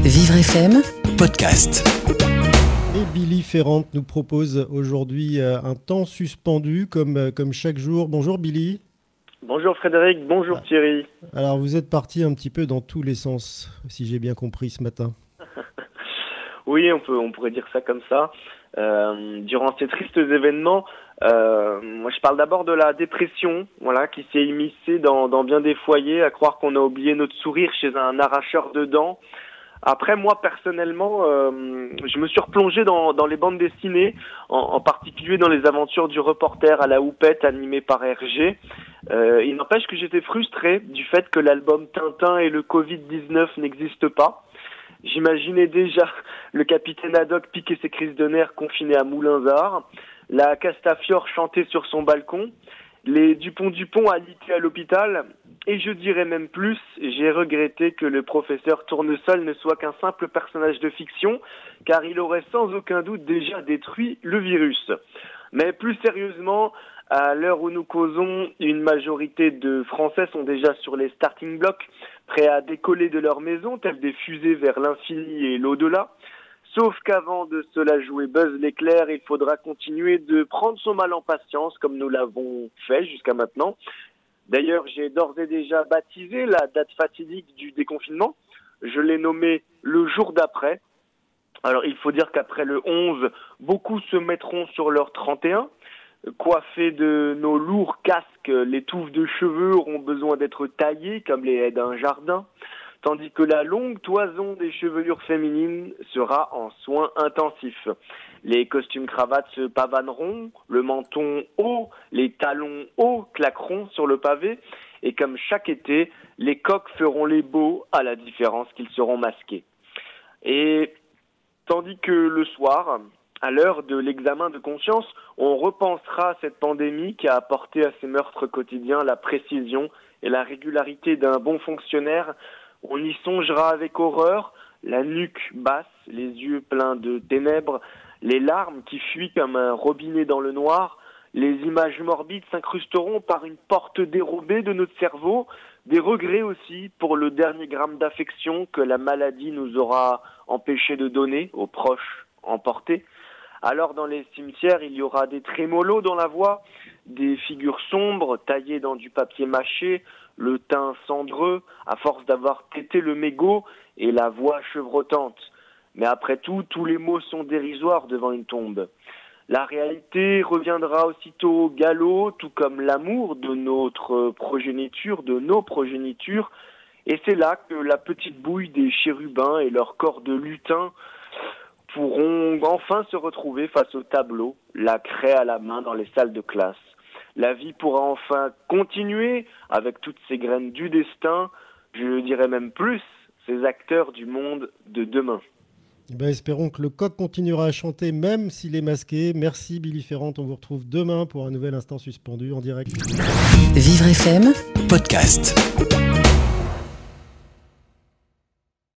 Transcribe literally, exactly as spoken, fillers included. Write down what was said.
Vivre F M Podcast. Et Billy Ferrand nous propose aujourd'hui un temps suspendu comme, comme chaque jour. Bonjour Billy. Bonjour Frédéric, bonjour ah. Thierry. Alors vous êtes parti un petit peu dans tous les sens, si j'ai bien compris ce matin. Oui, on peut, on pourrait dire ça comme ça. Euh, durant ces tristes événements, euh, moi je parle d'abord de la dépression, voilà, qui s'est immiscée dans, dans bien des foyers, à croire qu'on a oublié notre sourire chez un arracheur de dents. Après, moi personnellement, euh, je me suis replongé dans, dans les bandes dessinées, en, en particulier dans les aventures du reporter à la houppette animé par Hergé. Euh, il n'empêche que j'étais frustré du fait que l'album Tintin et le covid dix-neuf n'existent pas. J'imaginais déjà le capitaine Haddock piquer ses crises de nerfs confiné à Moulinsart, la Castafiore chanter sur son balcon, les Dupont-Dupont alités à l'hôpital, et je dirais même plus, j'ai regretté que le professeur Tournesol ne soit qu'un simple personnage de fiction, car il aurait sans aucun doute déjà détruit le virus. Mais plus sérieusement, à l'heure où nous causons, une majorité de Français sont déjà sur les starting blocks, prêts à décoller de leur maison, tels des fusées vers l'infini et l'au-delà. Sauf qu'avant de se la jouer Buzz l'éclair, il faudra continuer de prendre son mal en patience, comme nous l'avons fait jusqu'à maintenant. D'ailleurs, j'ai d'ores et déjà baptisé la date fatidique du déconfinement. Je l'ai nommée le jour d'après. Alors, il faut dire qu'après le onze, beaucoup se mettront sur leur trente et un. Coiffés de nos lourds casques, les touffes de cheveux auront besoin d'être taillées comme les haies d'un jardin, tandis que la longue toison des chevelures féminines sera en soins intensifs. Les costumes cravates se pavaneront, le menton haut, les talons hauts claqueront sur le pavé, et comme chaque été, les coqs feront les beaux à la différence qu'ils seront masqués. Et tandis que le soir, à l'heure de l'examen de conscience, on repensera à cette pandémie qui a apporté à ces meurtres quotidiens la précision et la régularité d'un bon fonctionnaire. On y songera avec horreur, la nuque basse, les yeux pleins de ténèbres, les larmes qui fuient comme un robinet dans le noir. Les images morbides s'incrusteront par une porte dérobée de notre cerveau, des regrets aussi pour le dernier gramme d'affection que la maladie nous aura empêché de donner aux proches emportés. Alors dans les cimetières, il y aura des trémolos dans la voix, des figures sombres taillées dans du papier mâché, le teint cendreux à force d'avoir tété le mégot et la voix chevrotante. Mais après tout, tous les mots sont dérisoires devant une tombe. La réalité reviendra aussitôt au galop, tout comme l'amour de notre progéniture, de nos progénitures. Et c'est là que la petite bouille des chérubins et leur corps de lutin pourront enfin se retrouver face au tableau, la craie à la main dans les salles de classe. La vie pourra enfin continuer avec toutes ces graines du destin, je dirais même plus, ces acteurs du monde de demain. Eh ben, espérons que le coq continuera à chanter même s'il est masqué. Merci Billy Ferrand, on vous retrouve demain pour un nouvel instant suspendu en direct. Vivre F M Podcast.